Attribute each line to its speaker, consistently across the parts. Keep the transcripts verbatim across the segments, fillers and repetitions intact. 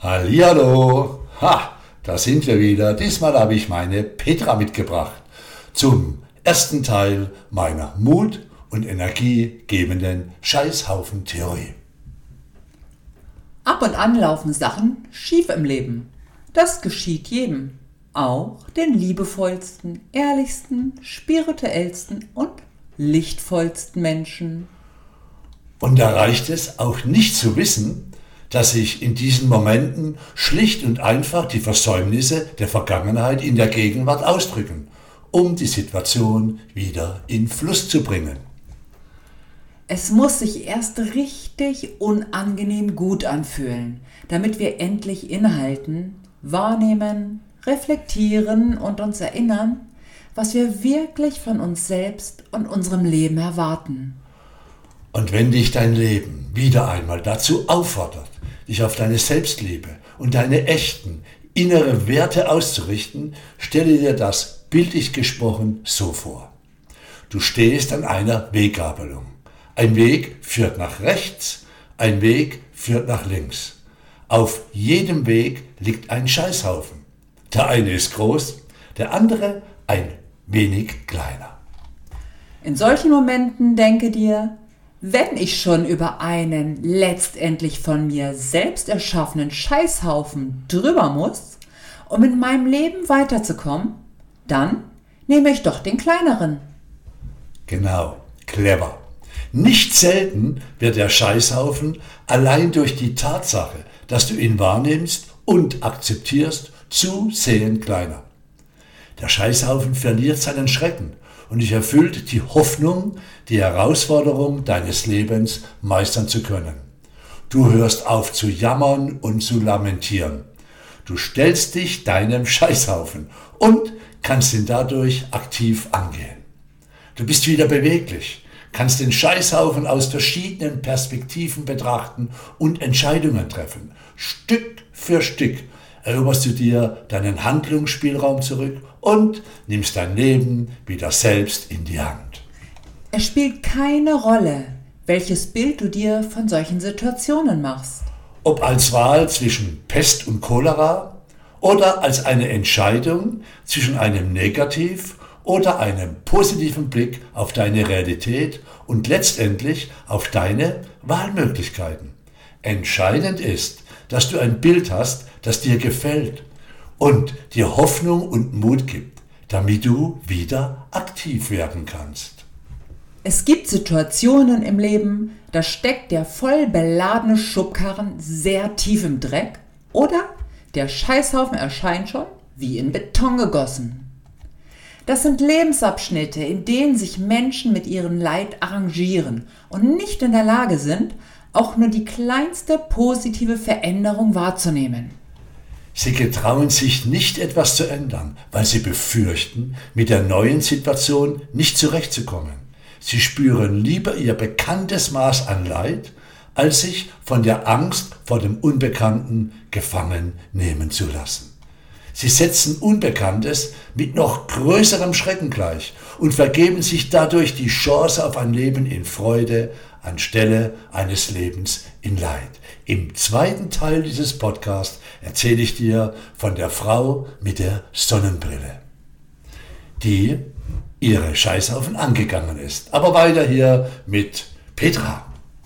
Speaker 1: Hallihallo! Ha, da sind wir wieder. Diesmal habe ich meine Petra mitgebracht zum ersten Teil meiner Mut- und energiegebenden Scheißhaufen-Theorie.
Speaker 2: Ab und an laufen Sachen schief im Leben. Das geschieht jedem. Auch den liebevollsten, ehrlichsten, spirituellsten und lichtvollsten Menschen.
Speaker 1: Und da reicht es auch nicht zu wissen, dass sich in diesen Momenten schlicht und einfach die Versäumnisse der Vergangenheit in der Gegenwart ausdrücken, um die Situation wieder in Fluss zu bringen.
Speaker 2: Es muss sich erst richtig unangenehm gut anfühlen, damit wir endlich innehalten, wahrnehmen, reflektieren und uns erinnern, was wir wirklich von uns selbst und unserem Leben erwarten.
Speaker 1: Und wenn dich dein Leben wieder einmal dazu auffordert, dich auf deine Selbstliebe und deine echten, innere Werte auszurichten, stelle dir das bildlich gesprochen so vor. Du stehst an einer Weggabelung. Ein Weg führt nach rechts, ein Weg führt nach links. Auf jedem Weg liegt ein Scheißhaufen. Der eine ist groß, der andere ein wenig kleiner.
Speaker 2: In solchen Momenten denke dir, wenn ich schon über einen letztendlich von mir selbst erschaffenen Scheißhaufen drüber muss, um in meinem Leben weiterzukommen, dann nehme ich doch den kleineren.
Speaker 1: Genau, clever. Nicht selten wird der Scheißhaufen allein durch die Tatsache, dass du ihn wahrnimmst und akzeptierst, zusehends kleiner. Der Scheißhaufen verliert seinen Schrecken und dich erfüllt die Hoffnung, die Herausforderung deines Lebens meistern zu können. Du hörst auf zu jammern und zu lamentieren. Du stellst dich deinem Scheißhaufen und kannst ihn dadurch aktiv angehen. Du bist wieder beweglich, kannst den Scheißhaufen aus verschiedenen Perspektiven betrachten und Entscheidungen treffen. Stück für Stück eroberst du dir deinen Handlungsspielraum zurück und nimmst dein Leben wieder selbst in die Hand.
Speaker 2: Es spielt keine Rolle, welches Bild du dir von solchen Situationen machst.
Speaker 1: Ob als Wahl zwischen Pest und Cholera oder als eine Entscheidung zwischen einem Negativ- oder einem positiven Blick auf deine Realität und letztendlich auf deine Wahlmöglichkeiten. Entscheidend ist, dass du ein Bild hast, das dir gefällt und dir Hoffnung und Mut gibt, damit du wieder aktiv werden kannst.
Speaker 2: Es gibt Situationen im Leben, da steckt der voll beladene Schubkarren sehr tief im Dreck oder der Scheißhaufen erscheint schon wie in Beton gegossen. Das sind Lebensabschnitte, in denen sich Menschen mit ihrem Leid arrangieren und nicht in der Lage sind, auch nur die kleinste positive Veränderung wahrzunehmen.
Speaker 1: Sie getrauen sich nicht, etwas zu ändern, weil sie befürchten, mit der neuen Situation nicht zurechtzukommen. Sie spüren lieber ihr bekanntes Maß an Leid, als sich von der Angst vor dem Unbekannten gefangen nehmen zu lassen. Sie setzen Unbekanntes mit noch größerem Schrecken gleich und vergeben sich dadurch die Chance auf ein Leben in Freude anstelle eines Lebens in Leid. Im zweiten Teil dieses Podcasts erzähle ich dir von der Frau mit der Sonnenbrille, die ihre Scheißhaufen angegangen ist. Aber weiter hier mit Petra.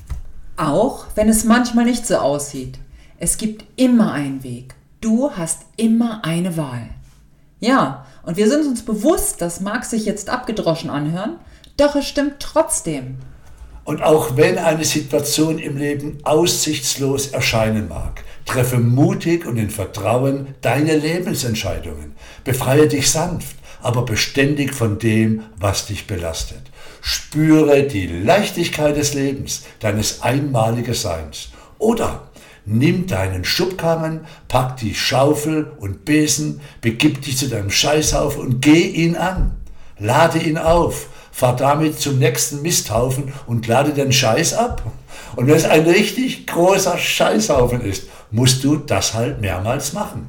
Speaker 2: Auch wenn es manchmal nicht so aussieht, es gibt immer einen Weg. Du hast immer eine Wahl. Ja, und wir sind uns bewusst, das mag sich jetzt abgedroschen anhören, doch es stimmt trotzdem.
Speaker 1: Und auch wenn eine Situation im Leben aussichtslos erscheinen mag, treffe mutig und in Vertrauen deine Lebensentscheidungen. Befreie dich sanft, aber beständig von dem, was dich belastet. Spüre die Leichtigkeit des Lebens, deines einmaligen Seins. Oder nimm deinen Schubkarren, pack die Schaufel und Besen, begib dich zu deinem Scheißhaufen und geh ihn an. Lade ihn auf, fahr damit zum nächsten Misthaufen und lade den Scheiß ab. Und wenn es ein richtig großer Scheißhaufen ist, musst du das halt mehrmals machen.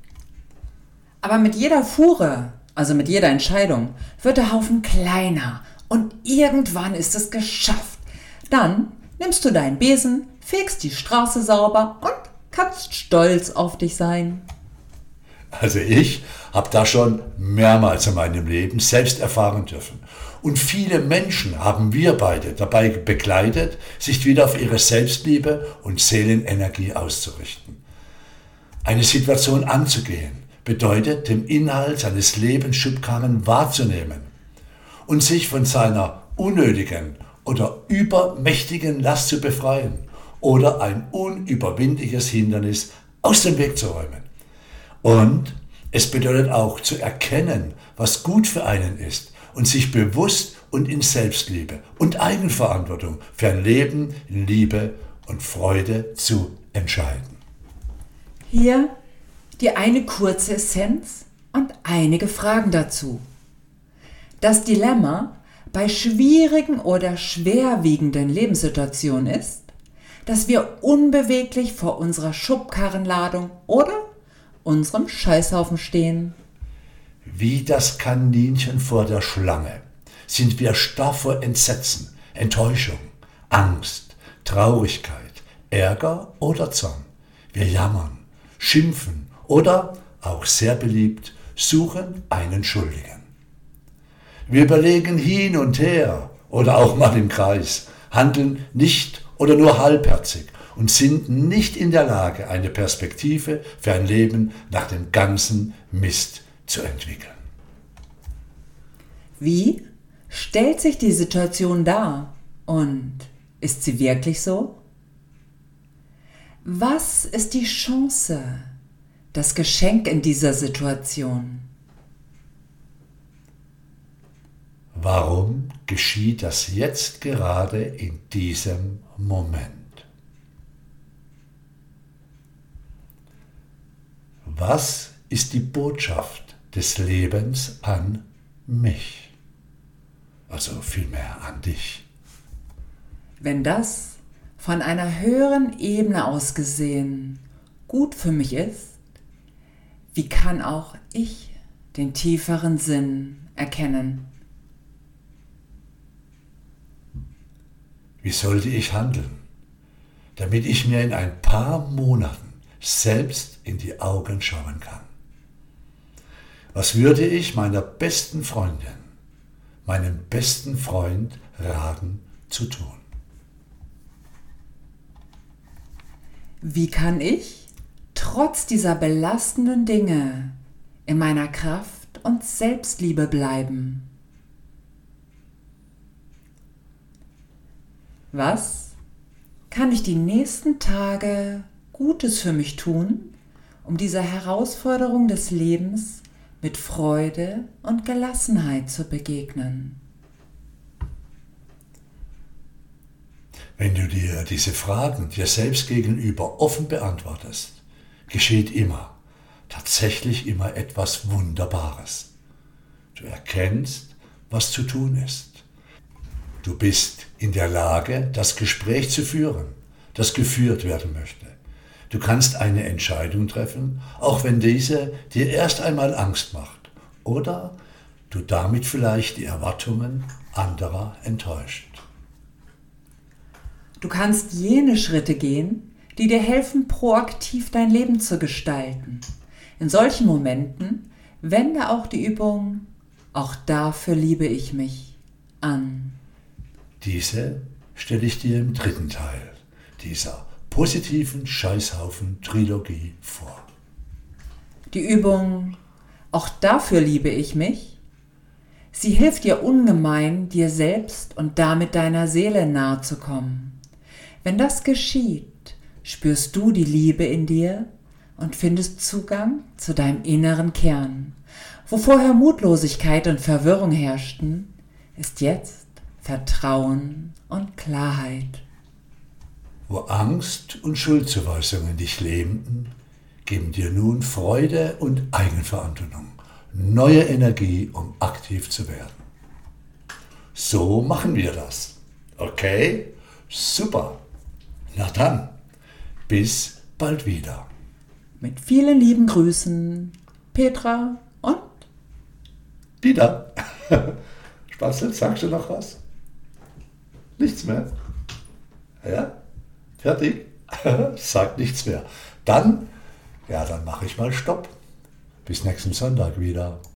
Speaker 2: Aber mit jeder Fuhre, also mit jeder Entscheidung, wird der Haufen kleiner und irgendwann ist es geschafft. Dann nimmst du deinen Besen, fegst die Straße sauber und kannst stolz auf dich sein.
Speaker 1: Also ich habe das schon mehrmals in meinem Leben selbst erfahren dürfen. Und viele Menschen haben wir beide dabei begleitet, sich wieder auf ihre Selbstliebe und Seelenenergie auszurichten. Eine Situation anzugehen bedeutet, den Inhalt seines Lebens Schubkarren wahrzunehmen und sich von seiner unnötigen oder übermächtigen Last zu befreien oder ein unüberwindliches Hindernis aus dem Weg zu räumen. Und es bedeutet auch zu erkennen, was gut für einen ist und sich bewusst und in Selbstliebe und Eigenverantwortung für ein Leben in Liebe und Freude zu entscheiden.
Speaker 2: Hier die eine kurze Essenz und einige Fragen dazu. Das Dilemma bei schwierigen oder schwerwiegenden Lebenssituationen ist, dass wir unbeweglich vor unserer Schubkarrenladung oder unserem Scheißhaufen stehen.
Speaker 1: Wie das Kaninchen vor der Schlange sind wir starr vor Entsetzen, Enttäuschung, Angst, Traurigkeit, Ärger oder Zorn. Wir jammern, schimpfen oder, auch sehr beliebt, suchen einen Schuldigen. Wir überlegen hin und her oder auch mal im Kreis, handeln nicht oder nur halbherzig und sind nicht in der Lage, eine Perspektive für ein Leben nach dem ganzen Mist zu entwickeln.
Speaker 2: Wie stellt sich die Situation dar und ist sie wirklich so? Was ist die Chance, das Geschenk in dieser Situation?
Speaker 1: Warum geschieht das jetzt gerade in diesem Moment? Was ist die Botschaft des Lebens an mich? Also vielmehr an dich.
Speaker 2: Wenn das von einer höheren Ebene aus gesehen gut für mich ist, wie kann auch ich den tieferen Sinn erkennen?
Speaker 1: Wie sollte ich handeln, damit ich mir in ein paar Monaten selbst in die Augen schauen kann? Was würde ich meiner besten Freundin, meinem besten Freund raten zu tun?
Speaker 2: Wie kann ich trotz dieser belastenden Dinge in meiner Kraft und Selbstliebe bleiben? Was kann ich die nächsten Tage Gutes für mich tun, um dieser Herausforderung des Lebens mit Freude und Gelassenheit zu begegnen?
Speaker 1: Wenn du dir diese Fragen dir selbst gegenüber offen beantwortest, geschieht immer, tatsächlich immer etwas Wunderbares. Du erkennst, was zu tun ist. Du bist in der Lage, das Gespräch zu führen, das geführt werden möchte. Du kannst eine Entscheidung treffen, auch wenn diese dir erst einmal Angst macht oder du damit vielleicht die Erwartungen anderer enttäuscht.
Speaker 2: Du kannst jene Schritte gehen, die dir helfen, proaktiv dein Leben zu gestalten. In solchen Momenten wende auch die Übung „Auch dafür liebe ich mich" an.
Speaker 1: Diese stelle ich dir im dritten Teil dieser positiven Scheißhaufen-Trilogie vor.
Speaker 2: Die Übung „Auch dafür liebe ich mich", sie hilft dir ungemein, dir selbst und damit deiner Seele nahe zu kommen. Wenn das geschieht, spürst du die Liebe in dir und findest Zugang zu deinem inneren Kern. Wo vorher Mutlosigkeit und Verwirrung herrschten, ist jetzt Vertrauen und Klarheit.
Speaker 1: Wo Angst und Schuldzuweisungen dich lähmten, geben dir nun Freude und Eigenverantwortung, neue Energie, um aktiv zu werden. So machen wir das. Okay? Super. Na dann, bis bald wieder.
Speaker 2: Mit vielen lieben Grüßen, Petra und
Speaker 1: Dieter. Spatzel, sagst du noch was? Nichts mehr? Ja? Fertig? Sag nichts mehr. dann, ja, dann mache ich mal Stopp. Bis nächsten Sonntag wieder.